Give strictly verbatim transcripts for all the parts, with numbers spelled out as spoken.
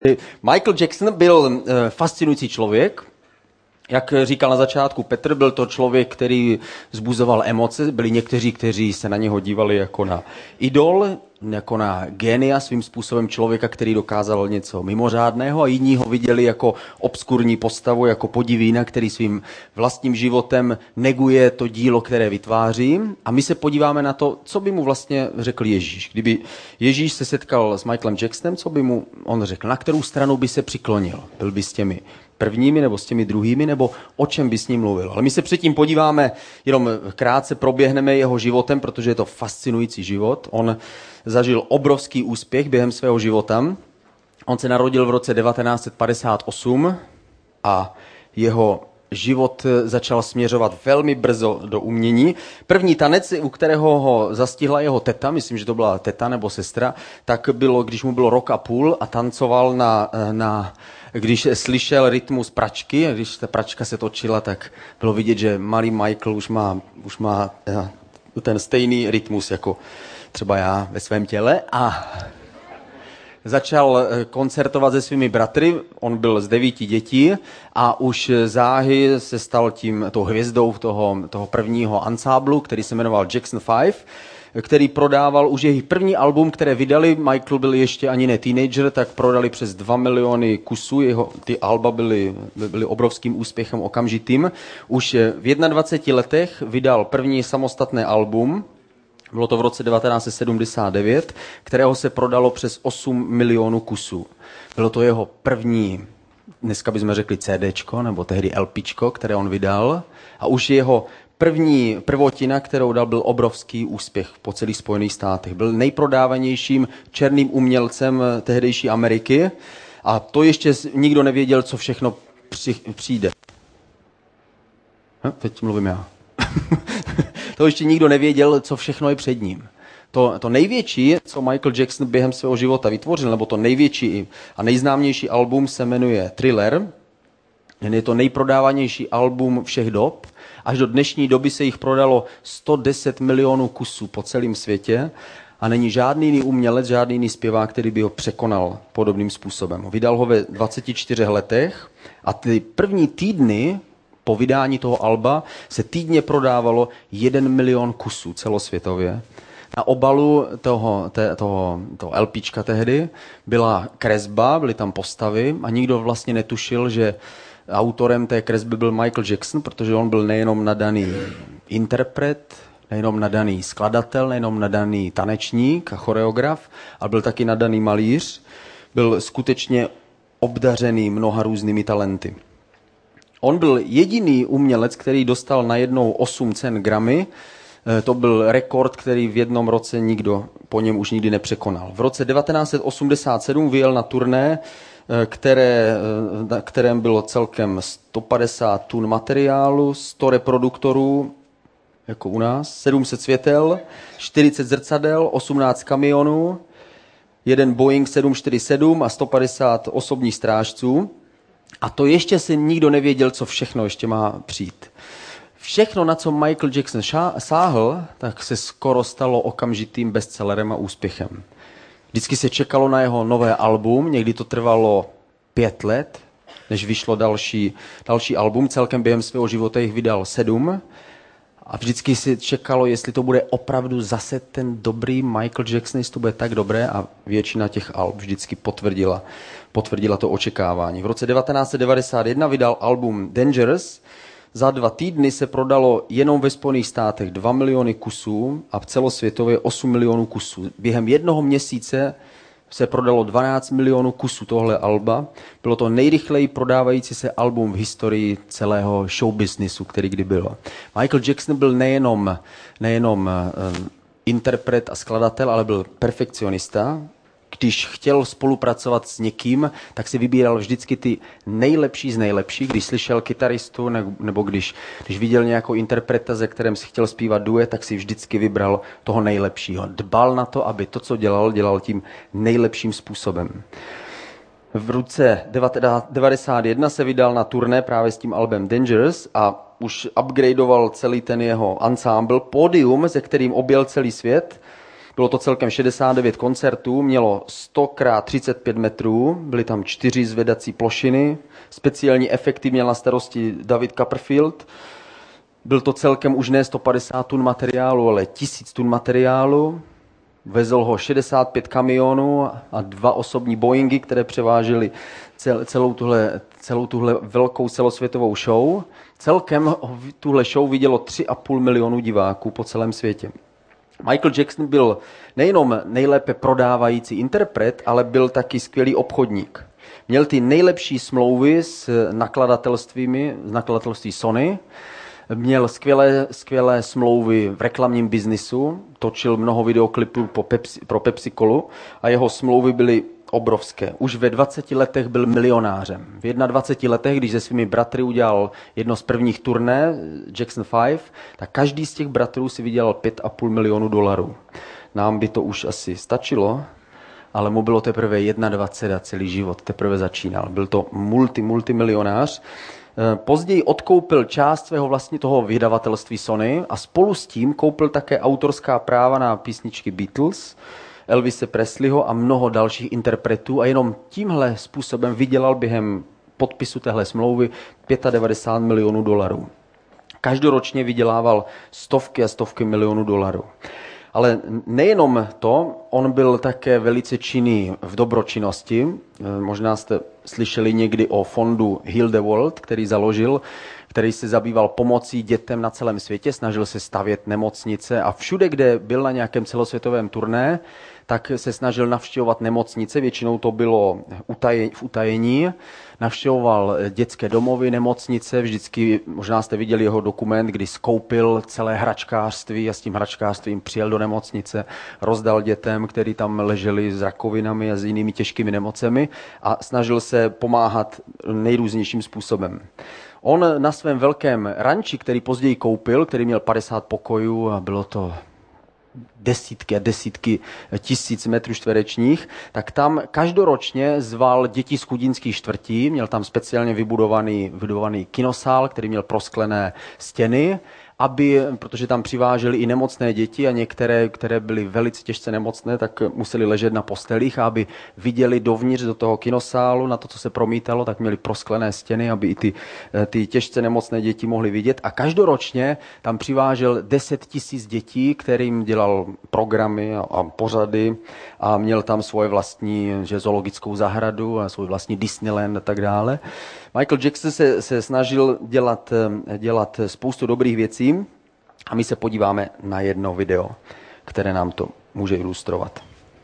Michael Jackson byl fascinující člověk. Jak říkal na začátku Petr, byl to člověk, který vzbuzoval emoce. Byli někteří, kteří se na něho dívali jako na idol, jako na génia, svým způsobem člověka, který dokázal něco mimořádného, a jiní ho viděli jako obskurní postavu, jako podivína, který svým vlastním životem neguje to dílo, které vytváří. A my se podíváme na to, co by mu vlastně řekl Ježíš. Kdyby Ježíš se setkal s Michaelem Jacksonem, co by mu on řekl? Na kterou stranu by se přiklonil? Byl by s těmi prvními nebo s těmi druhými, nebo o čem by s ním mluvil? Ale my se předtím podíváme, jenom krátce proběhneme jeho životem, protože je to fascinující život. On zažil obrovský úspěch během svého života. On se narodil v roce devatenáct set padesát osm a jeho život začal směřovat velmi brzo do umění. První tanec, u kterého ho zastihla jeho teta, myslím, že to byla teta nebo sestra, tak bylo, když mu bylo rok a půl a tancoval na, na když slyšel rytmus pračky, a když ta pračka se točila, tak bylo vidět, že malý Michael už má, už má ten stejný rytmus jako třeba já ve svém těle, a začal koncertovat se svými bratry. On byl z devíti dětí a už záhy se stal tím tou hvězdou toho, toho prvního ansáblu, který se jmenoval Jackson Five, který prodával už jejich první album, které vydali. Michael byl ještě ani ne teenager, tak prodali přes dva miliony kusů. Jeho, ty alba byly, byly obrovským úspěchem okamžitým. Už v dvaceti jedné letech vydal první samostatné album. Bylo to v roce devatenáct set sedmdesát devět, kterého se prodalo přes osm milionů kusů. Bylo to jeho první, dneska bychom řekli CDčko, nebo tehdy LPčko, které on vydal. A už jeho první prvotina, kterou dal, byl obrovský úspěch po celých Spojených státech. Byl nejprodávanějším černým umělcem tehdejší Ameriky a to ještě nikdo nevěděl, co všechno při, přijde. Hm, teď mluvím já. To ještě nikdo nevěděl, co všechno je před ním. To, to největší, co Michael Jackson během svého života vytvořil, nebo to největší a nejznámější album se jmenuje Thriller. Je to nejprodávanější album všech dob. Až do dnešní doby se jich prodalo sto deset milionů kusů po celém světě a není žádný jiný umělec, žádný jiný zpěvák, který by ho překonal podobným způsobem. Vydal ho ve dvaceti čtyřech letech a ty první týdny po vydání toho alba se týdně prodávalo jeden milion kusů celosvětově. Na obalu toho, té, toho, toho LPčka tehdy byla kresba, byly tam postavy a nikdo vlastně netušil, že autorem té kresby byl Michael Jackson, protože on byl nejenom nadaný interpret, nejenom nadaný skladatel, nejenom nadaný tanečník a choreograf, ale byl taky nadaný malíř. Byl skutečně obdařený mnoha různými talenty. On byl jediný umělec, který dostal najednou osm cen Grammy. To byl rekord, který v jednom roce nikdo po něm už nikdy nepřekonal. V roce devatenáct set osmdesát sedm vyjel na turné, které, na kterém bylo celkem sto padesát tun materiálu, sto reproduktorů, jako u nás, sedm set světel, čtyřicet zrcadel, osmnáct kamionů, jeden Boeing sedm čtyři sedm a sto padesát osobních strážců. A to ještě si nikdo nevěděl, co všechno ještě má přijít. Všechno, na co Michael Jackson sáhl, tak se skoro stalo okamžitým bestsellerem a úspěchem. Vždycky se čekalo na jeho nové album, někdy to trvalo pět let, než vyšlo další, další album. Celkem během svého života jich vydal sedm. A vždycky se čekalo, jestli to bude opravdu zase ten dobrý Michael Jackson, jestli to bude tak dobré, a většina těch alb vždycky potvrdila, potvrdila to očekávání. V roce devatenáct set devadesát jedna vydal album Dangerous. Za dva týdny se prodalo jenom ve Spojených státech dva miliony kusů a v celosvětově osm milionů kusů. Během jednoho měsíce se prodalo dvanáct milionů kusů tohle alba. Bylo to nejrychleji prodávající se album v historii celého showbiznisu, který kdy byl. Michael Jackson byl nejenom, nejenom uh, interpret a skladatel, ale byl perfekcionista. Když chtěl spolupracovat s někým, tak si vybíral vždycky ty nejlepší z nejlepších. Když slyšel kytaristu nebo když, když viděl nějakou interpreta, ze kterém si chtěl zpívat duet, tak si vždycky vybral toho nejlepšího. Dbal na to, aby to, co dělal, dělal tím nejlepším způsobem. V roce devadesát jedna se vydal na turné právě s tím albem Dangerous a už upgradeoval celý ten jeho ansámbl, pódium, se kterým objel celý svět. Bylo to celkem šedesát devět koncertů, mělo sto krát třicet pět metrů, byly tam čtyři zvedací plošiny, speciální efekty měl na starosti David Copperfield. Byl to celkem už ne sto padesát tun materiálu, ale tisíc tun materiálu. Vezl ho šedesát pět kamionů a dva osobní Boeingy, které převážely celou tuhle, celou tuhle velkou celosvětovou show. Celkem tuhle show vidělo tři a půl milionu diváků po celém světě. Michael Jackson byl nejenom nejlépe prodávající interpret, ale byl taky skvělý obchodník. Měl ty nejlepší smlouvy s nakladatelstvími, z nakladatelství Sony, měl skvělé, skvělé smlouvy v reklamním biznisu, točil mnoho videoklipů po Pepsi, pro Pepsi Colu a jeho smlouvy byly obrovské. Už ve dvaceti letech byl milionářem. V dvaceti jedné letech, když se svými bratry udělal jedno z prvních turné, Jackson pět, tak každý z těch bratrů si vydělal pět a půl milionu dolarů. Nám by to už asi stačilo, ale mu bylo teprve dvacet jedna a celý život teprve začínal. Byl to multi, multimilionář. Později odkoupil část svého vlastně toho vydavatelství Sony a spolu s tím koupil také autorská práva na písničky Beatles, Elvise Presleyho a mnoho dalších interpretů a jenom tímhle způsobem vydělal během podpisu téhle smlouvy devadesát pět milionů dolarů. Každoročně vydělával stovky a stovky milionů dolarů. Ale nejenom to, on byl také velice činný v dobročinnosti. Možná jste slyšeli někdy o fondu Heal the World, který založil, který se zabýval pomocí dětem na celém světě, snažil se stavět nemocnice a všude, kde byl na nějakém celosvětovém turné, tak se snažil navštěvovat nemocnice, většinou to bylo v utajení, navštěvoval dětské domovy, nemocnice, vždycky, možná jste viděli jeho dokument, kdy skoupil celé hračkářství a s tím hračkářstvím přijel do nemocnice, rozdal dětem, který tam leželi s rakovinami a s jinými těžkými nemocemi a snažil se pomáhat nejrůznějším způsobem. On na svém velkém ranči, který později koupil, který měl padesát pokojů a bylo to desítky a desítky tisíc metrů čtverečních, tak tam každoročně zval děti z chudinských čtvrtí, měl tam speciálně vybudovaný, vybudovaný kinosál, který měl prosklené stěny, aby, protože tam přiváželi i nemocné děti a některé, které byly velice těžce nemocné, tak museli ležet na postelích a aby viděli dovnitř do toho kinosálu, na to, co se promítalo, tak měli prosklené stěny, aby i ty, ty těžce nemocné děti mohly vidět. A každoročně tam přivážel deset tisíc dětí, kterým dělal programy a, a pořady a měl tam svoje vlastní že, zoologickou zahradu a svůj vlastní Disneyland a tak dále. Michael Jackson se, se snažil dělat, dělat spoustu dobrých věcí a my se podíváme na jedno video, které nám to může ilustrovat.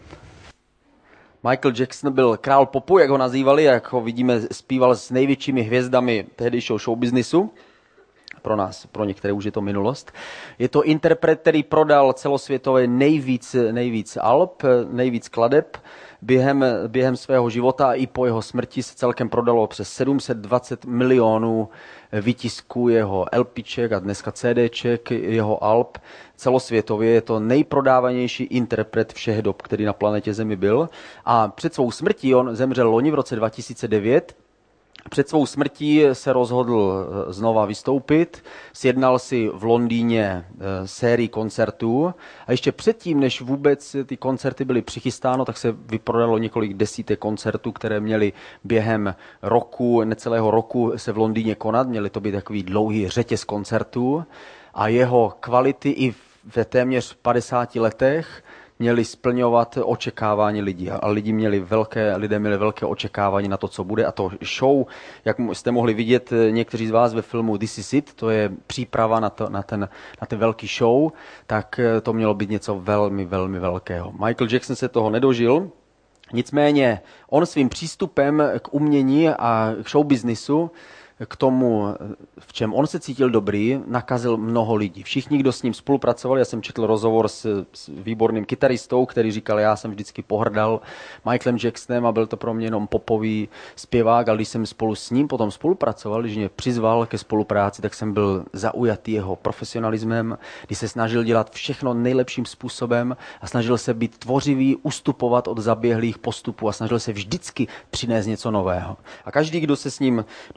Michael Jackson byl král popu, jak ho nazývali, jak ho vidíme, zpíval s největšími hvězdami tehdejšího showbiznisu. Pro nás, pro některé už je to minulost. Je to interpret, který prodal celosvětově nejvíc, nejvíc alb, nejvíc skladeb. Během, během svého života a i po jeho smrti se celkem prodalo přes sedm set dvacet milionů výtisků jeho LPček a dneska CDček, jeho alb. Celosvětově je to nejprodávanější interpret všech dob, který na planetě Zemi byl. A před svou smrtí, on zemřel loni v roce dva tisíce devět, před svou smrtí se rozhodl znova vystoupit, sjednal si v Londýně sérii koncertů a ještě předtím, než vůbec ty koncerty byly přichystáno, tak se vyprodalo několik desítek koncertů, které měly během roku, necelého roku se v Londýně konat. Měly to být takový dlouhý řetěz koncertů a jeho kvality i ve téměř padesáti letech měli splňovat očekávání lidí. A lidi měli velké, lidé měli velké očekávání na to, co bude. A to show, jak jste mohli vidět někteří z vás ve filmu This Is It, to je příprava na, to, na, ten, na ten velký show, tak to mělo být něco velmi, velmi velkého. Michael Jackson se toho nedožil, nicméně on svým přístupem k umění a k showbiznisu, k tomu, v čem on se cítil dobrý, nakazil mnoho lidí. Všichni, kdo s ním spolupracovali, já jsem četl rozhovor s, s výborným kytaristou, který říkal, já jsem vždycky pohrdal Michaelem Jacksonem a byl to pro mě jenom popový zpěvák, ale když jsem spolu s ním potom spolupracoval, když mě přizval ke spolupráci, tak jsem byl zaujatý jeho profesionalismem, když se snažil dělat všechno nejlepším způsobem a snažil se být tvořivý, ustupovat od zaběhlých postupů a snažil se vždycky přinést něco nového. A každý, kdo se s ním, kdo s ním aspoň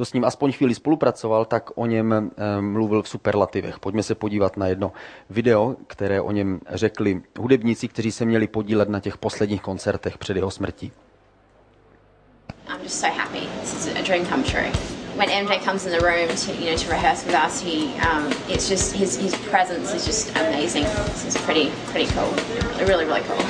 aspoň chvíli spolupracoval, tak o něm mluvil v superlativech. Pojďme se podívat na jedno video, které o něm řekli hudebníci, kteří se měli podílet na těch posledních koncertech před jeho smrtí. I'm just so happy. This is a dream come true. When M J comes in the room to, you know, to rehearse with us, he, um, it's just his his presence is just amazing. This is pretty pretty cool. Really really cool.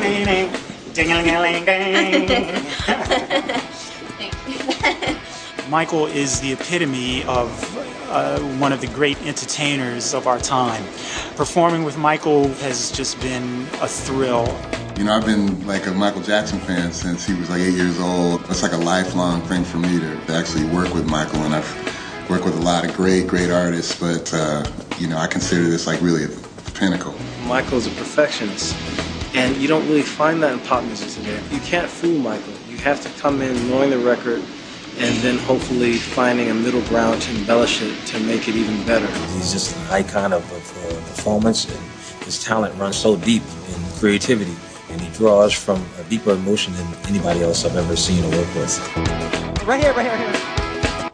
Michael is the epitome of uh, one of the great entertainers of our time. Performing with Michael has just been a thrill. You know, I've been like a Michael Jackson fan since he was like eight years old. It's like a lifelong thing for me to actually work with Michael, and I've worked with a lot of great, great artists, but, uh, you know, I consider this like really a pinnacle. Michael's a perfectionist, and you don't really find that in pop music today. You can't fool Michael. You have to come in knowing the record and then hopefully finding a middle ground to embellish it to make it even better. He's just an icon of, of uh, performance, and his talent runs so deep in creativity. And he draws from a deeper emotion than anybody else I've ever seen or worked with. Right here, right here, right here.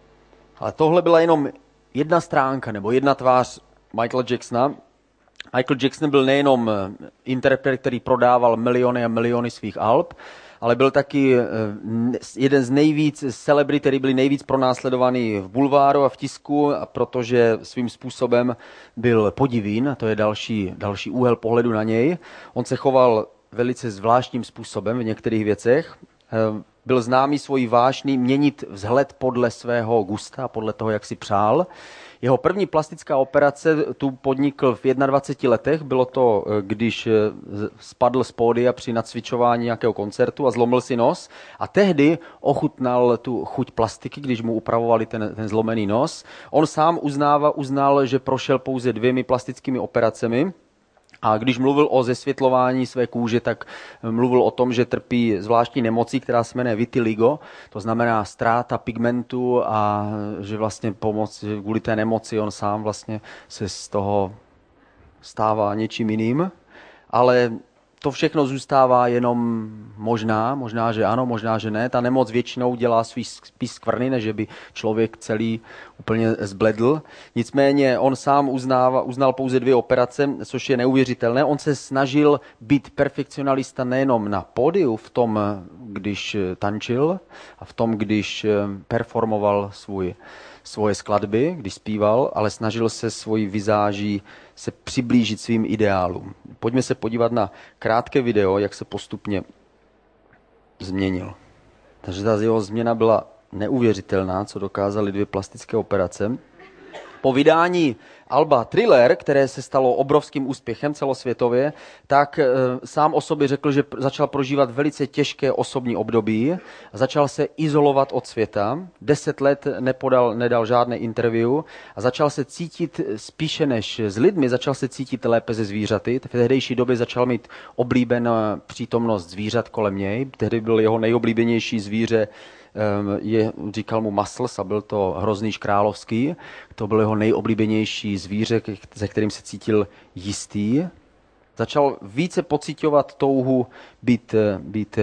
Ale tohle byla jenom jedna stránka nebo jedna tvář Michaela Jacksona. Michael Jackson byl nejenom interpret, který prodával miliony a miliony svých alb, ale byl taky jeden z nejvíc celebrit, který byli nejvíc pronásledovaný v bulváru a v tisku, protože svým způsobem byl podivín, a to je další, další úhel pohledu na něj. On se choval velice zvláštním způsobem v některých věcech. Byl známý svojí vášní měnit vzhled podle svého gusta, podle toho, jak si přál. Jeho první plastická operace tu podnikl v dvaceti jedné letech. Bylo to, když spadl z pódia při nacvičování nějakého koncertu a zlomil si nos. A tehdy ochutnal tu chuť plastiky, když mu upravovali ten, ten zlomený nos. On sám uznává, uznal, že prošel pouze dvěmi plastickými operacemi. A když mluvil o zesvětlování své kůže, tak mluvil o tom, že trpí zvláštní nemocí, která se jmenuje vitiligo, to znamená ztráta pigmentu, a že vlastně pomoc, kvůli té nemoci on sám vlastně se z toho stává něčím jiným. Ale to všechno zůstává jenom možná, možná, že ano, možná, že ne. Ta nemoc většinou dělá svý spíš skvrny, než by člověk celý úplně zbledl. Nicméně on sám uznává, uznal pouze dvě operace, což je neuvěřitelné. On se snažil být perfekcionalista nejenom na pódiu, v tom, když tančil a v tom, když performoval svůj, svoje skladby, když zpíval, ale snažil se svojí vizáží se přiblížit svým ideálům. Pojďme se podívat na krátké video, jak se postupně změnil. Takže ta jeho změna byla neuvěřitelná, co dokázaly dvě plastické operace. Po vydání alba Thriller, které se stalo obrovským úspěchem celosvětově, tak e, sám o sobě řekl, že začal prožívat velice těžké osobní období. Začal se izolovat od světa. Deset let nepodal, nedal žádné interview a začal se cítit spíše než s lidmi, začal se cítit lépe ze zvířaty. V tehdejší době začal mít oblíbenou přítomnost zvířat kolem něj. Tehdy byl jeho nejoblíbenější zvíře, je, říkal mu Muscles, a byl to hrozný královský. To byl jeho nejoblíbenější zvíře, se kterým se cítil jistý. Začal více pociťovat touhu být, být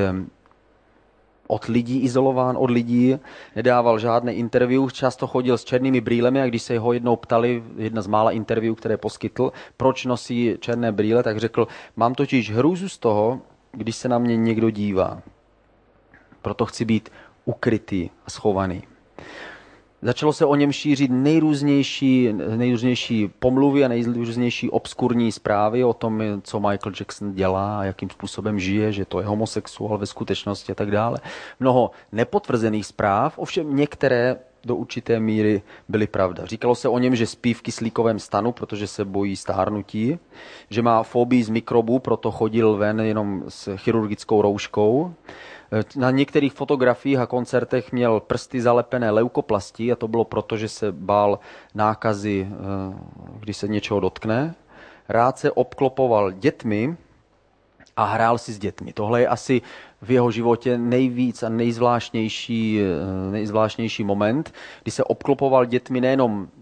od lidí izolován, od lidí, nedával žádné interview, často chodil s černými brýlemi, a když se ho jednou ptali, jedna z mála interview, které poskytl, proč nosí černé brýle, tak řekl, mám totiž hrůzu z toho, když se na mě někdo dívá. Proto chci být ukrytý a schovaný. Začalo se o něm šířit nejrůznější, nejrůznější pomluvy a nejrůznější obskurní zprávy o tom, co Michael Jackson dělá a jakým způsobem žije, že to je homosexuál ve skutečnosti a tak dále. Mnoho nepotvrzených zpráv, ovšem některé do určité míry byly pravda. Říkalo se o něm, že spí v kyslíkovém stanu, protože se bojí stárnutí, že má fobii z mikrobů, proto chodil ven jenom s chirurgickou rouškou. Na některých fotografiích a koncertech měl prsty zalepené leukoplastí, a to bylo proto, že se bál nákazy, když se něčeho dotkne. Rád se obklopoval dětmi a hrál si s dětmi. Tohle je asi v jeho životě nejvíc a nejzvláštnější, nejzvláštnější moment, kdy se obklopoval dětmi nejenom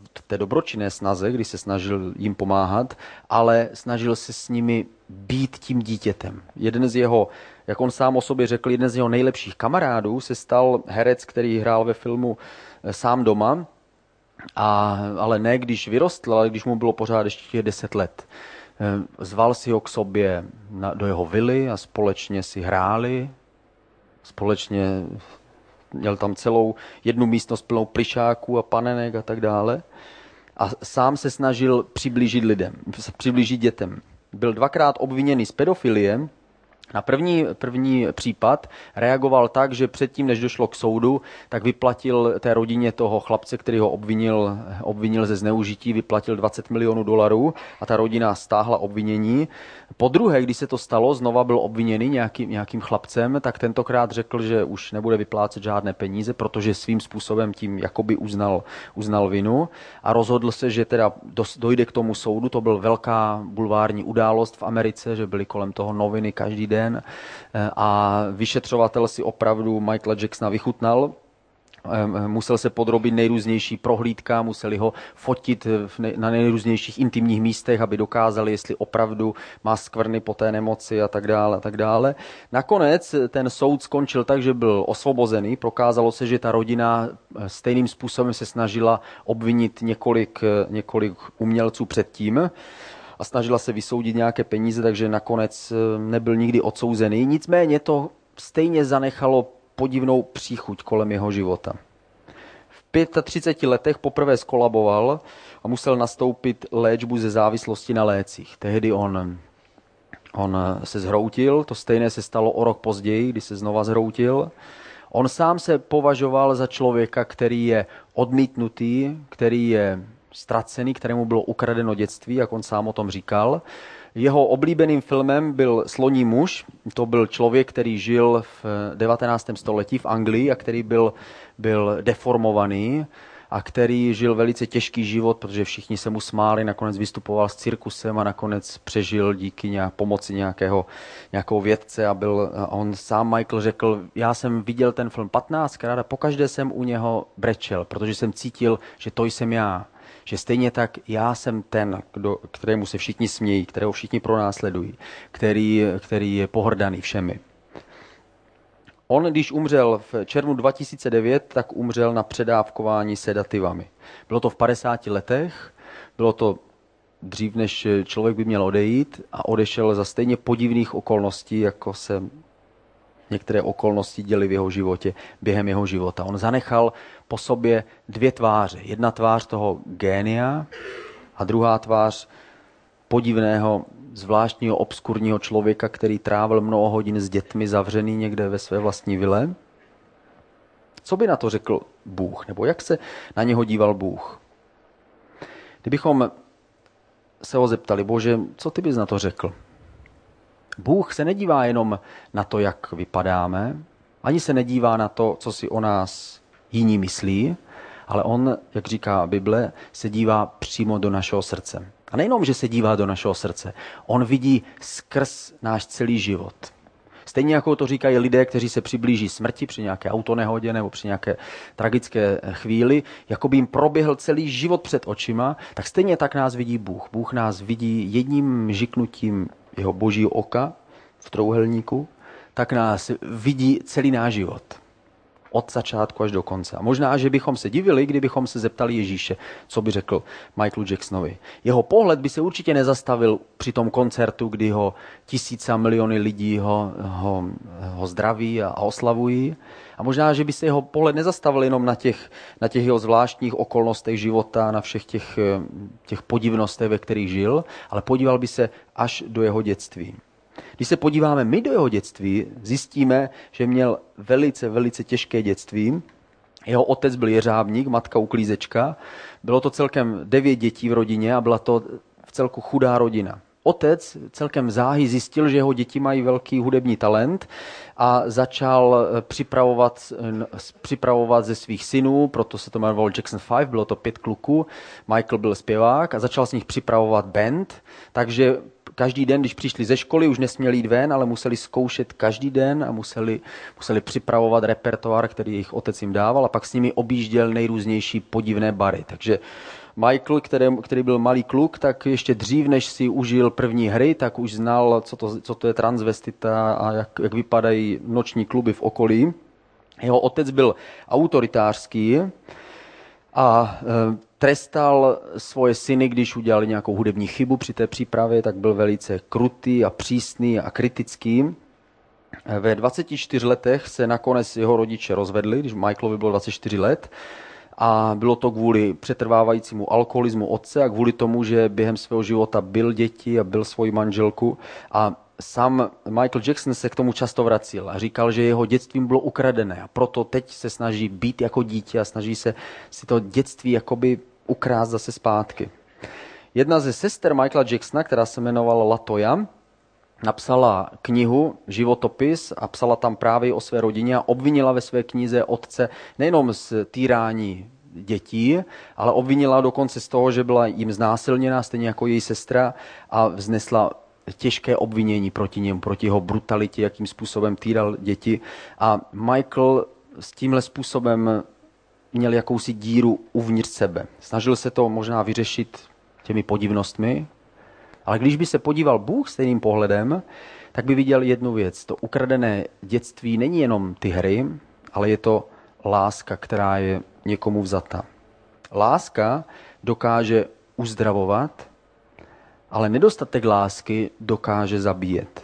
v té dobročinné snaze, kdy se snažil jim pomáhat, ale snažil se s nimi být tím dítětem. Jeden z jeho, jak on sám o sobě řekl, jeden z jeho nejlepších kamarádů se stal herec, který hrál ve filmu Sám doma, a, ale ne když vyrostl, ale když mu bylo pořád ještě deset let. Zval si ho k sobě na, do jeho vily a společně si hráli, společně měl tam celou jednu místnost plnou plišáků a panenek a tak dále. A sám se snažil přiblížit lidem, přiblížit dětem. Byl dvakrát obviněný z pedofilie. Na první, první případ reagoval tak, že předtím, než došlo k soudu, tak vyplatil té rodině toho chlapce, který ho obvinil, obvinil ze zneužití, vyplatil dvacet milionů dolarů a ta rodina stáhla obvinění. Po druhé, když se to stalo, znova byl obviněný nějakým, nějakým chlapcem, tak tentokrát řekl, že už nebude vyplácet žádné peníze, protože svým způsobem tím jakoby uznal, uznal vinu a rozhodl se, že teda dojde k tomu soudu. To byl velká bulvární událost v Americe, že byly kolem toho noviny každý den. A vyšetřovatel si opravdu Michaela Jacksona vychutnal. Musel se podrobit nejrůznější prohlídkám, museli ho fotit na nejrůznějších intimních místech, aby dokázali, jestli opravdu má skvrny po té nemoci a tak dále a tak dále. Nakonec ten soud skončil tak, že byl osvobozený. Prokázalo se, že ta rodina stejným způsobem se snažila obvinit několik, několik umělců předtím a snažila se vysoudit nějaké peníze, takže nakonec nebyl nikdy odsouzený. Nicméně to stejně zanechalo podivnou příchuť kolem jeho života. V třiceti pěti letech poprvé skolaboval a musel nastoupit léčbu ze závislosti na lécích. Tehdy on, on se zhroutil, to stejné se stalo o rok později, kdy se znova zhroutil. On sám se považoval za člověka, který je odmítnutý, který je ztracený, kterému bylo ukradeno dětství, jak on sám o tom říkal. Jeho oblíbeným filmem byl Sloní muž. To byl člověk, který žil v devatenáctém století v Anglii a který byl, byl deformovaný a který žil velice těžký život, protože všichni se mu smáli, nakonec vystupoval s cirkusem a nakonec přežil díky nějak, pomoci nějakého, nějakého vědce a, byl, a on sám Michael řekl, já jsem viděl ten film patnáctkrát a pokaždé jsem u něho brečel, protože jsem cítil, že to jsem já. Že stejně tak já jsem ten, kdo, kterému se všichni smějí, kterého všichni pronásledují, který, který je pohrdaný všemi. On, když umřel v červnu dva tisíce devět, tak umřel na předávkování sedativami. Bylo to v padesáti letech, bylo to dřív, než člověk by měl odejít a odešel za stejně podivných okolností, jako se některé okolnosti děly v jeho životě, během jeho života. On zanechal po sobě dvě tváře. Jedna tvář toho génia a druhá tvář podivného, zvláštního, obskurního člověka, který trávil mnoho hodin s dětmi zavřený někde ve své vlastní vile. Co by na to řekl Bůh? Nebo jak se na něho díval Bůh? Kdybychom se ho zeptali, Bože, co ty bys na to řekl? Bůh se nedívá jenom na to, jak vypadáme, ani se nedívá na to, co si o nás jiní myslí, ale on, jak říká Bible, se dívá přímo do našeho srdce. A nejenom, že se dívá do našeho srdce, on vidí skrz náš celý život. Stejně jako to říkají lidé, kteří se přiblíží smrti při nějaké autonehodě nebo při nějaké tragické chvíli, jako by jim proběhl celý život před očima, tak stejně tak nás vidí Bůh. Bůh nás vidí jedním žiknutím jeho božího oka v trouhelníku, tak nás vidí celý náš život. Od začátku až do konce. A možná, že bychom se divili, kdybychom se zeptali Ježíše, co by řekl Michaelu Jacksonovi. Jeho pohled by se určitě nezastavil při tom koncertu, kdy ho tisíce a miliony lidí ho, ho, ho zdraví a oslavují. A možná, že by se jeho pohled nezastavil jenom na těch, na těch jeho zvláštních okolnostech života, na všech těch, těch podivnostech, ve kterých žil, ale podíval by se až do jeho dětství. Když se podíváme my do jeho dětství, zjistíme, že měl velice, velice těžké dětství. Jeho otec byl jeřábník, matka uklízečka. Bylo to celkem devět dětí v rodině a byla to v celku chudá rodina. Otec celkem záhy zjistil, že jeho děti mají velký hudební talent a začal připravovat, připravovat ze svých synů, proto se to jmenovalo Jackson pět, bylo to pět kluků. Michael byl zpěvák a začal z nich připravovat band, takže každý den, když přišli ze školy, už nesměli jít ven, ale museli zkoušet každý den a museli, museli připravovat repertoár, který jejich otec jim dával a pak s nimi objížděl nejrůznější podivné bary. Takže Michael, který, který byl malý kluk, tak ještě dřív, než si užil první hry, tak už znal, co to, co to je transvestita a jak, jak vypadají noční kluby v okolí. Jeho otec byl autoritářský a e, trestal svoje syny, když udělali nějakou hudební chybu při té přípravě, tak byl velice krutý a přísný a kritický. Ve dvaceti čtyřech letech se nakonec jeho rodiče rozvedli, když Michaelovi bylo dvacet čtyři let. A bylo to kvůli přetrvávajícímu alkoholismu otce a kvůli tomu, že během svého života byl děti a byl svoji manželku. A sám Michael Jackson se k tomu často vracil a říkal, že jeho dětstvím bylo ukradené a proto teď se snaží být jako dítě a snaží se si to dětství jakoby ukrást zase zpátky. Jedna ze sester Michaela Jacksona, která se jmenovala LaToya, napsala knihu, životopis a psala tam právě o své rodině a obvinila ve své knize otce nejenom z týrání dětí, ale obvinila dokonce z toho, že byla jim znásilněná, stejně jako její sestra, a vznesla těžké obvinění proti němu, proti jeho brutalitě, jakým způsobem týral děti. A Michael s tímhle způsobem měl jakousi díru uvnitř sebe. Snažil se to možná vyřešit těmi podivnostmi, ale když by se podíval Bůh stejným pohledem, tak by viděl jednu věc. To ukradené dětství není jenom ty hry, ale je to láska, která je někomu vzata. Láska dokáže uzdravovat, ale nedostatek lásky dokáže zabíjet.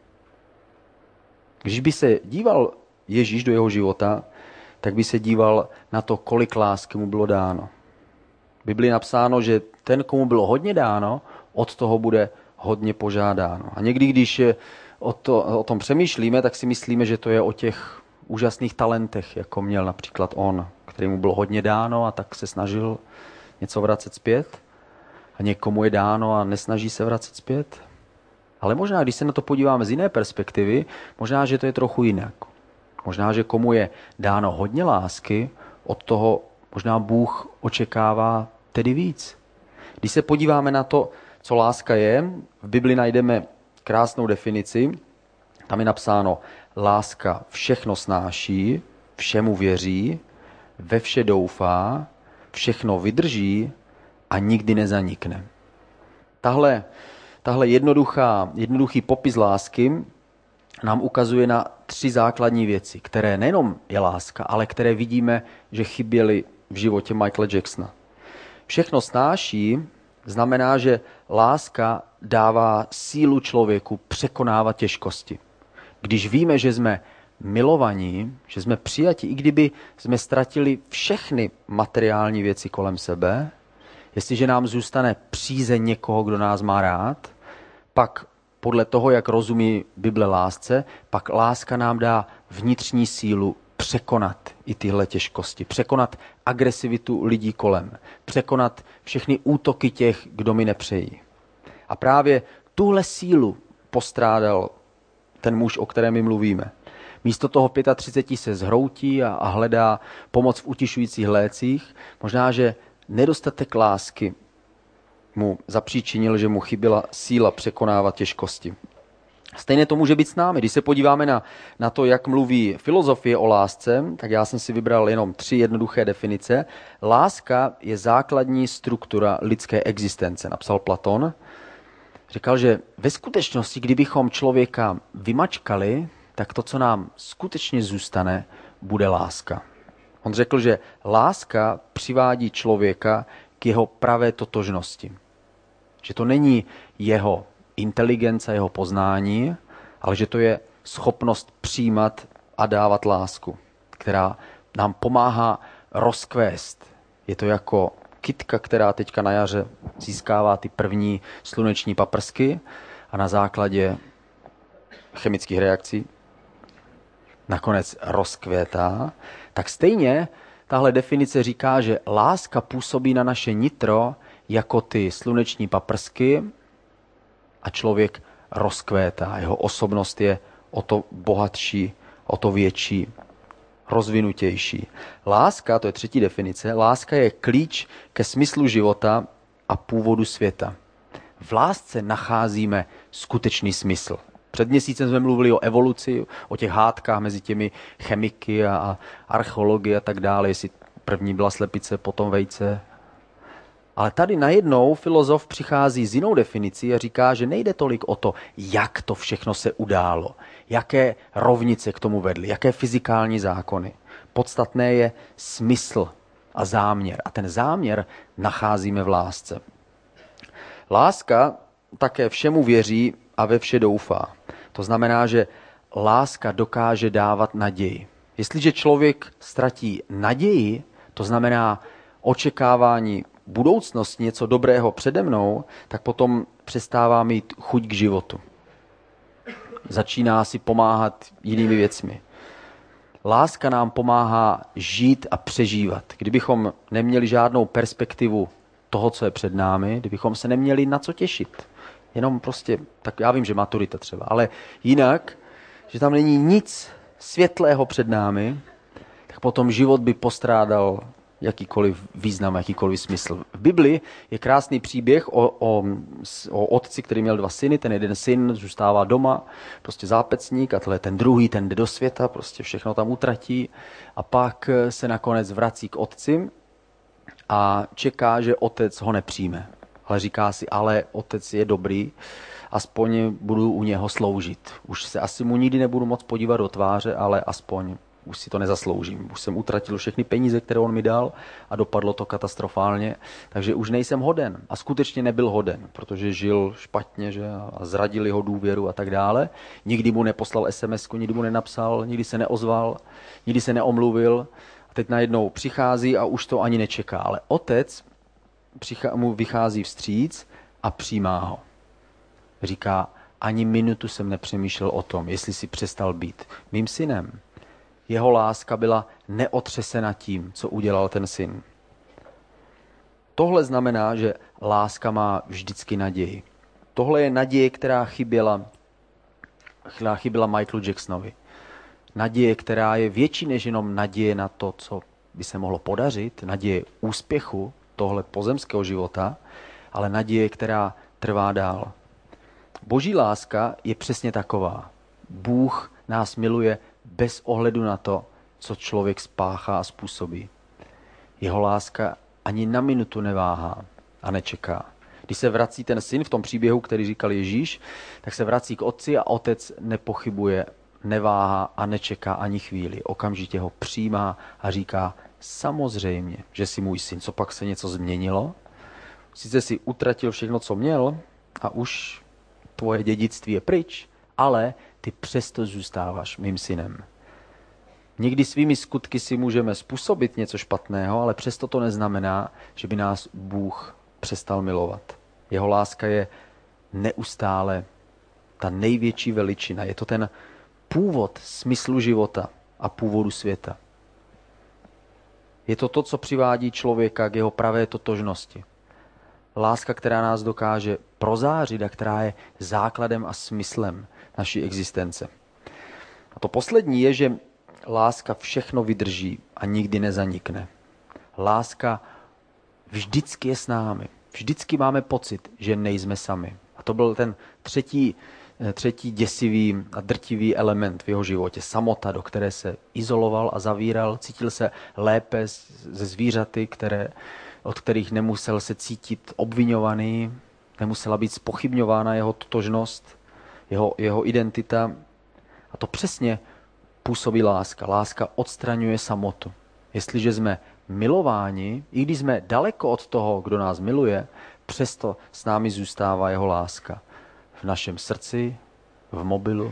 Když by se díval Ježíš do jeho života, tak by se díval na to, kolik lásky mu bylo dáno. V Biblii je napsáno, že ten, komu bylo hodně dáno, od toho bude hodně požádáno. A někdy, když o, to, o tom přemýšlíme, tak si myslíme, že to je o těch úžasných talentech, jako měl například on, který mu bylo hodně dáno a tak se snažil něco vracet zpět. A někomu je dáno a nesnaží se vracet zpět. Ale možná, když se na to podíváme z jiné perspektivy, možná, že to je trochu jinak. Možná, že komu je dáno hodně lásky, od toho možná Bůh očekává tedy víc. Když se podíváme na to, co láska je, v Bibli najdeme krásnou definici. Tam je napsáno, láska všechno snáší, všemu věří, ve vše doufá, všechno vydrží a nikdy nezanikne. Tahle, tahle jednoduchá, jednoduchý popis lásky nám ukazuje na tři základní věci, které nejenom je láska, ale které vidíme, že chyběly v životě Michaela Jacksona. Všechno snáší znamená, že láska dává sílu člověku překonávat těžkosti. Když víme, že jsme milovaní, že jsme přijati, i kdyby jsme ztratili všechny materiální věci kolem sebe, jestliže nám zůstane přízeň někoho, kdo nás má rád, pak podle toho, jak rozumí Bible lásce, pak láska nám dá vnitřní sílu překonat i tyhle těžkosti, překonat agresivitu lidí kolem, překonat všechny útoky těch, kdo mi nepřejí. A právě tuhle sílu postrádal ten muž, o kterém my mluvíme. Místo toho třicet pět se zhroutí a, a hledá pomoc v utišujících lécích. Možná, že nedostatek lásky mu zapříčinil, že mu chyběla síla překonávat těžkosti. Stejně to může být s námi. Když se podíváme na, na to, jak mluví filozofie o lásce, tak já jsem si vybral jenom tři jednoduché definice. Láska je základní struktura lidské existence, napsal Platon. Říkal, že ve skutečnosti, kdybychom člověka vymačkali, tak to, co nám skutečně zůstane, bude láska. On řekl, že láska přivádí člověka k jeho pravé totožnosti. Že to není jeho inteligence, jeho poznání, ale že to je schopnost přijímat a dávat lásku, která nám pomáhá rozkvést. Je to jako kytka, která teďka na jaře získává ty první sluneční paprsky a na základě chemických reakcí nakonec rozkvétá, tak stejně tahle definice říká, že láska působí na naše nitro jako ty sluneční paprsky a člověk rozkvétá. Jeho osobnost je o to bohatší, o to větší, rozvinutější. Láska, to je třetí definice, láska je klíč ke smyslu života a původu světa. V lásce nacházíme skutečný smysl. Před měsícem jsme mluvili o evoluci, o těch hádkách mezi těmi chemiky a archeology a tak dále, jestli první byla slepice, potom vejce. Ale tady najednou filozof přichází s jinou definicí a říká, že nejde tolik o to, jak to všechno se událo, jaké rovnice k tomu vedly, jaké fyzikální zákony. Podstatné je smysl a záměr. A ten záměr nacházíme v lásce. Láska také všemu věří a ve vše doufá. To znamená, že láska dokáže dávat naději. Jestliže člověk ztratí naději, to znamená očekávání budoucnosti, něco dobrého přede mnou, tak potom přestává mít chuť k životu. Začíná si pomáhat jinými věcmi. Láska nám pomáhá žít a přežívat. Kdybychom neměli žádnou perspektivu toho, co je před námi, kdybychom se neměli na co těšit. Jenom prostě, tak já vím, že maturita třeba, ale jinak, že tam není nic světlého před námi, tak potom život by postrádal jakýkoliv význam, jakýkoliv smysl. V Bibli je krásný příběh o, o, o otci, který měl dva syny. Ten jeden syn zůstává doma, prostě zápecník, a tenhle ten druhý, ten jde do světa, prostě všechno tam utratí a pak se nakonec vrací k otci a čeká, že otec ho nepřijme. Ale říká si, ale otec je dobrý, aspoň budu u něho sloužit. Už se asi mu nikdy nebudu moc podívat do tváře, ale aspoň už si to nezasloužím. Už jsem utratil všechny peníze, které on mi dal a dopadlo to katastrofálně, takže už nejsem hoden. A skutečně nebyl hoden, protože žil špatně, že? A zradili ho důvěru a tak dále. Nikdy mu neposlal es em esku, nikdy mu nenapsal, nikdy se neozval, nikdy se neomluvil. A teď najednou přichází a už to ani nečeká. Ale otec mu vychází vstříc a přijímá ho. Říká, ani minutu jsem nepřemýšlel o tom, jestli si přestal být mým synem. Jeho láska byla neotřesena tím, co udělal ten syn. Tohle znamená, že láska má vždycky naději. Tohle je naděje, která chyběla, která chyběla Michaelu Jacksonovi. Naděje, která je větší než jenom naděje na to, co by se mohlo podařit, naděje úspěchu tohle pozemského života, ale naděje, která trvá dál. Boží láska je přesně taková. Bůh nás miluje bez ohledu na to, co člověk spáchá a způsobí. Jeho láska ani na minutu neváhá a nečeká. Když se vrací ten syn v tom příběhu, který říkal Ježíš, tak se vrací k otci a otec nepochybuje, neváhá a nečeká ani chvíli. Okamžitě ho přijímá a říká, samozřejmě, že jsi můj syn. Co pak se něco změnilo? Sice si utratil všechno, co měl a už tvoje dědictví je pryč, ale ty přesto zůstáváš mým synem. Někdy svými skutky si můžeme způsobit něco špatného, ale přesto to neznamená, že by nás Bůh přestal milovat. Jeho láska je neustále ta největší veličina. Je to ten původ smyslu života a původu světa. Je to to, co přivádí člověka k jeho pravé totožnosti. Láska, která nás dokáže prozářit a která je základem a smyslem naší existence. A to poslední je, že láska všechno vydrží a nikdy nezanikne. Láska vždycky je s námi. Vždycky máme pocit, že nejsme sami. A to byl ten třetí, třetí děsivý a drtivý element v jeho životě. Samota, do které se izoloval a zavíral. Cítil se lépe ze zvířaty, které, od kterých nemusel se cítit obviňovaný, nemusela být zpochybňována jeho totožnost, jeho, jeho identita. A to přesně působí láska. Láska odstraňuje samotu. Jestliže jsme milováni, i když jsme daleko od toho, kdo nás miluje, přesto s námi zůstává jeho láska. V našem srdci, v mobilu,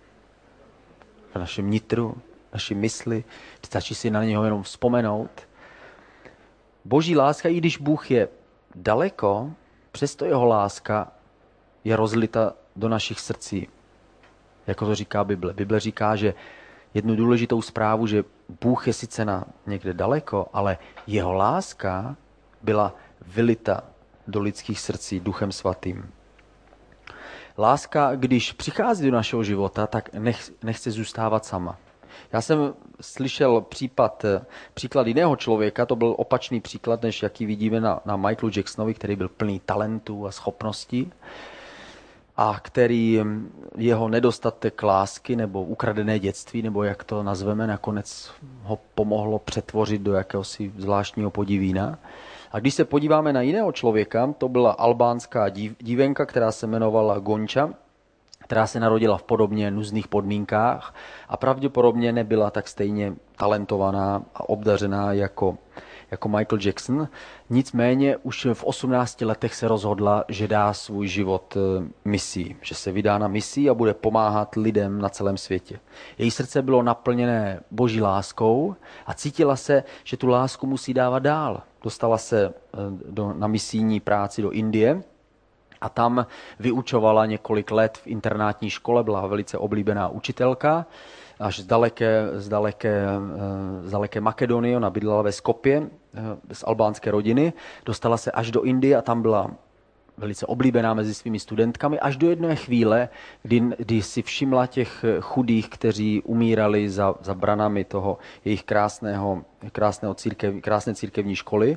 v našem nitru, v naší mysli. Stačí si na něho jenom vzpomenout. Boží láska, i když Bůh je daleko, přesto jeho láska je rozlita do našich srdcí. Jako to říká Bible. Bible říká, že jednu důležitou zprávu, že Bůh je sice na někde daleko, ale jeho láska byla vylita do lidských srdcí Duchem Svatým. Láska, když přichází do našeho života, tak nech, nechce zůstávat sama. Já jsem slyšel případ, příklad jiného člověka, to byl opačný příklad, než jaký vidíme na, na Michaelu Jacksonovi, který byl plný talentů a schopností a který jeho nedostatek lásky nebo ukradené dětství, nebo jak to nazveme, nakonec ho pomohlo přetvořit do jakéhosi zvláštního podivína. A když se podíváme na jiného člověka, to byla albánská dívenka, která se jmenovala Gonča, která se narodila v podobně nuzných podmínkách a pravděpodobně nebyla tak stejně talentovaná a obdařená jako, jako Michael Jackson. Nicméně už v osmnácti letech se rozhodla, že dá svůj život misii, že se vydá na misii a bude pomáhat lidem na celém světě. Její srdce bylo naplněné boží láskou a cítila se, že tu lásku musí dávat dál. Dostala se do, na misijní práci do Indie, a tam vyučovala několik let v internátní škole, byla velice oblíbená učitelka, až z daleké, z daleké, z daleké Makedonie, ona bydlela ve Skopje, z albánské rodiny, dostala se až do Indie a tam byla velice oblíbená mezi svými studentkami, až do jedné chvíle, kdy, kdy si všimla těch chudých, kteří umírali za, za branami toho jejich krásného, krásného církev, krásné církevní školy.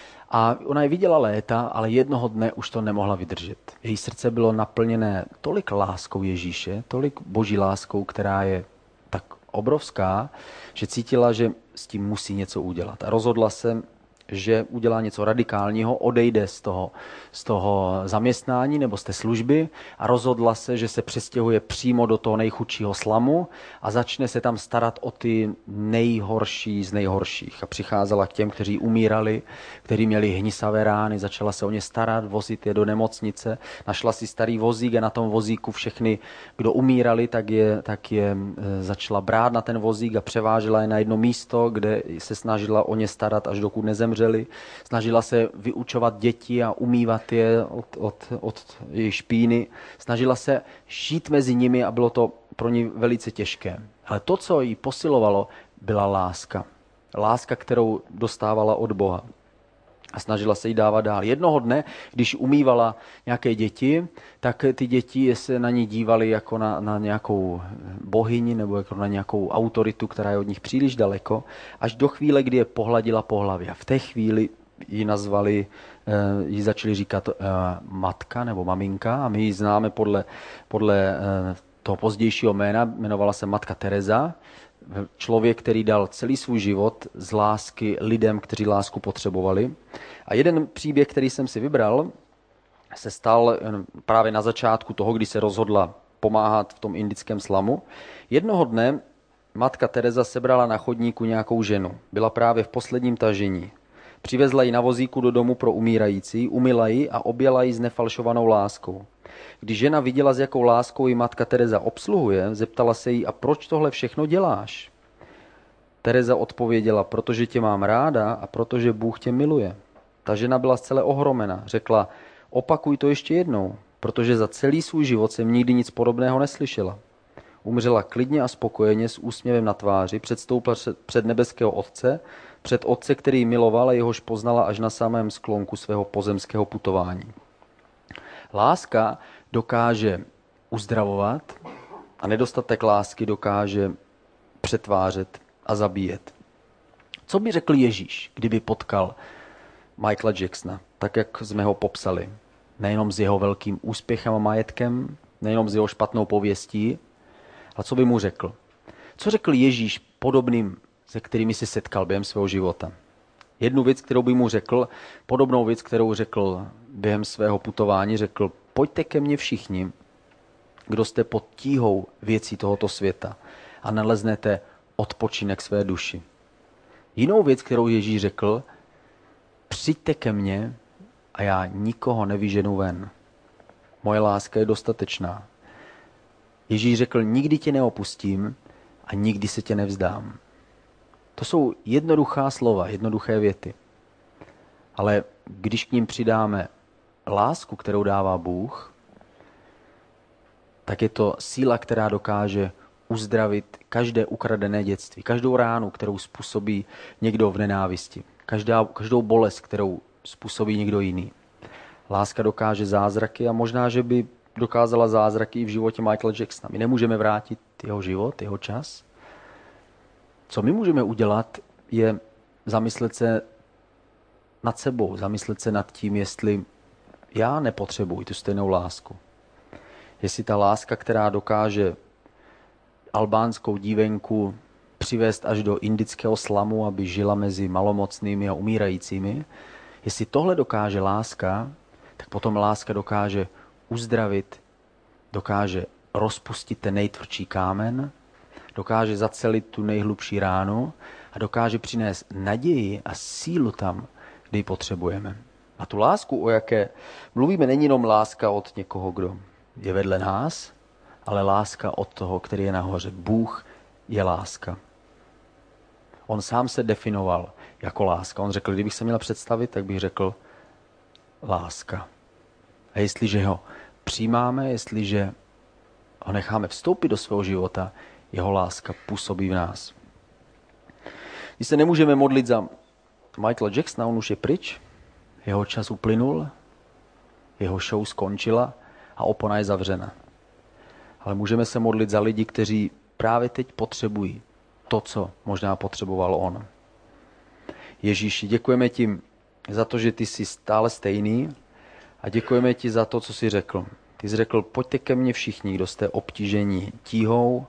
A ona je viděla léta, ale jednoho dne už to nemohla vydržet. Její srdce bylo naplněné tolik láskou Ježíše, tolik boží láskou, která je tak obrovská, že cítila, že s tím musí něco udělat. A rozhodla se, že udělá něco radikálního, odejde z toho, z toho zaměstnání nebo z té služby a rozhodla se, že se přestěhuje přímo do toho nejchudšího slamu a začne se tam starat o ty nejhorší z nejhorších. A přicházela k těm, kteří umírali, kteří měli hnisavé rány, začala se o ně starat, vozit je do nemocnice, našla si starý vozík a na tom vozíku všechny, kdo umírali, tak je, tak je začala brát na ten vozík a převážela je na jedno místo, kde se snažila o ně starat, až dokud nezemřeli. Snažila se vyučovat děti a umývat je od, od, od jejich špíny. Snažila se žít mezi nimi a bylo to pro ní velice těžké. Ale to, co jí posilovalo, byla láska. Láska, kterou dostávala od Boha. A snažila se jí dávat dál. Jednoho dne, když umývala nějaké děti, tak ty děti se na ní dívaly jako na, na nějakou bohyni nebo jako na nějakou autoritu, která je od nich příliš daleko, až do chvíle, kdy je pohladila po hlavě. A v té chvíli ji nazvali, ji začali říkat matka nebo maminka a my ji známe podle, podle toho pozdějšího jména, jmenovala se Matka Teresa. Člověk, který dal celý svůj život z lásky lidem, kteří lásku potřebovali. A jeden příběh, který jsem si vybral, se stal právě na začátku toho, kdy se rozhodla pomáhat v tom indickém slamu. Jednoho dne Matka Teresa sebrala na chodníku nějakou ženu. Byla právě v posledním tažení. Přivezla ji na vozíku do domu pro umírající, umyla ji a objala ji s nefalšovanou láskou. Když žena viděla, s jakou láskou ji Matka Teresa obsluhuje, zeptala se jí, a proč tohle všechno děláš? Teresa odpověděla, protože tě mám ráda a protože Bůh tě miluje. Ta žena byla zcela ohromena. Řekla, opakuj to ještě jednou, protože za celý svůj život jsem nikdy nic podobného neslyšela. Umřela klidně a spokojeně s úsměvem na tváři, předstoupila před nebeského Otce, před Otce, který ji miloval a jehož poznala až na samém sklonku svého pozemského putování. Láska dokáže uzdravovat a nedostatek lásky dokáže přetvářet a zabíjet. Co by řekl Ježíš, kdyby potkal Michaela Jacksona, tak jak jsme ho popsali? Nejenom s jeho velkým úspěchem a majetkem, nejenom s jeho špatnou pověstí, ale co by mu řekl? Co řekl Ježíš podobným, se kterými se setkal během svého života? Jednu věc, kterou by mu řekl, podobnou věc, kterou řekl během svého putování, řekl, pojďte ke mně všichni, kdo jste pod tíhou věcí tohoto světa a naleznete odpočinek své duši. Jinou věc, kterou Ježíš řekl, přijďte ke mně a já nikoho nevyženu ven. Moje láska je dostatečná. Ježíš řekl, nikdy tě neopustím a nikdy se tě nevzdám. To jsou jednoduchá slova, jednoduché věty. Ale když k ním přidáme lásku, kterou dává Bůh, tak je to síla, která dokáže uzdravit každé ukradené dětství, každou ránu, kterou způsobí někdo v nenávisti, každá, každou bolest, kterou způsobí někdo jiný. Láska dokáže zázraky a možná, že by dokázala zázraky i v životě Michaela Jacksona. My nemůžeme vrátit jeho život, jeho čas. Co my můžeme udělat, je zamyslet se nad sebou, zamyslet se nad tím, jestli já nepotřebuji tu stejnou lásku. Jestli ta láska, která dokáže albánskou dívenku přivést až do indického slamu, aby žila mezi malomocnými a umírajícími, Jestli tohle dokáže láska, tak potom láska dokáže uzdravit, dokáže rozpustit ten nejtvrdší kámen, dokáže zacelit tu nejhlubší ránu a dokáže přinést naději a sílu tam, kde ji potřebujeme. A tu lásku, o jaké mluvíme, není jenom láska od někoho, kdo je vedle nás, ale láska od toho, který je nahoře. Bůh je láska. On sám se definoval jako láska. On řekl, kdybych se měl představit, tak bych řekl láska. A jestliže ho přijímáme, jestliže ho necháme vstoupit do svého života, jeho láska působí v nás. Když se nemůžeme modlit za Michaela Jacksona, on už je pryč, jeho čas uplynul, jeho show skončila a opona je zavřena. Ale můžeme se modlit za lidi, kteří právě teď potřebují to, co možná potřeboval on. Ježíši, děkujeme ti za to, že ty jsi stále stejný a děkujeme ti za to, co jsi řekl. Ty jsi řekl, pojďte ke mně všichni, kdo jste obtížení tíhou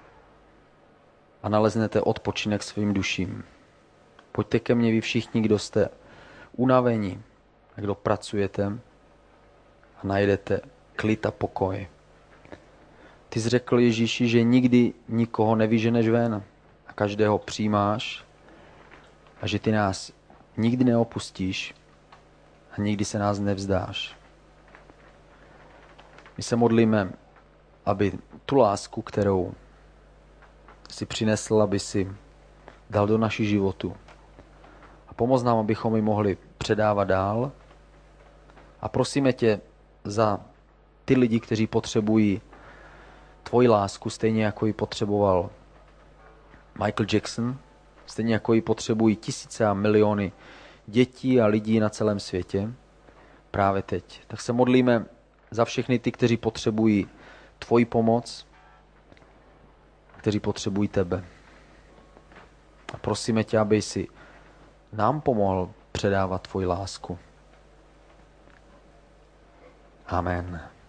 a naleznete odpočinek svým duším. Pojďte ke mně vy všichni, kdo jste unavení a kdo pracujete a najdete klid a pokoj. Ty jsi řekl, Ježíši, že nikdy nikoho nevyženeš ven a každého přijímáš a že ty nás nikdy neopustíš a nikdy se nás nevzdáš. My se modlíme, aby tu lásku, kterou si přinesl, aby si dal do naší životu a pomoz nám, abychom ji mohli předávat dál. A prosíme tě za ty lidi, kteří potřebují tvoji lásku, stejně jako ji potřeboval Michael Jackson, stejně jako ji potřebují tisíce a miliony dětí a lidí na celém světě právě teď. Tak se modlíme za všechny ty, kteří potřebují tvoji pomoc, kteří potřebují tebe. A prosíme tě, aby si nám pomohl předávat tvoji lásku. Amen.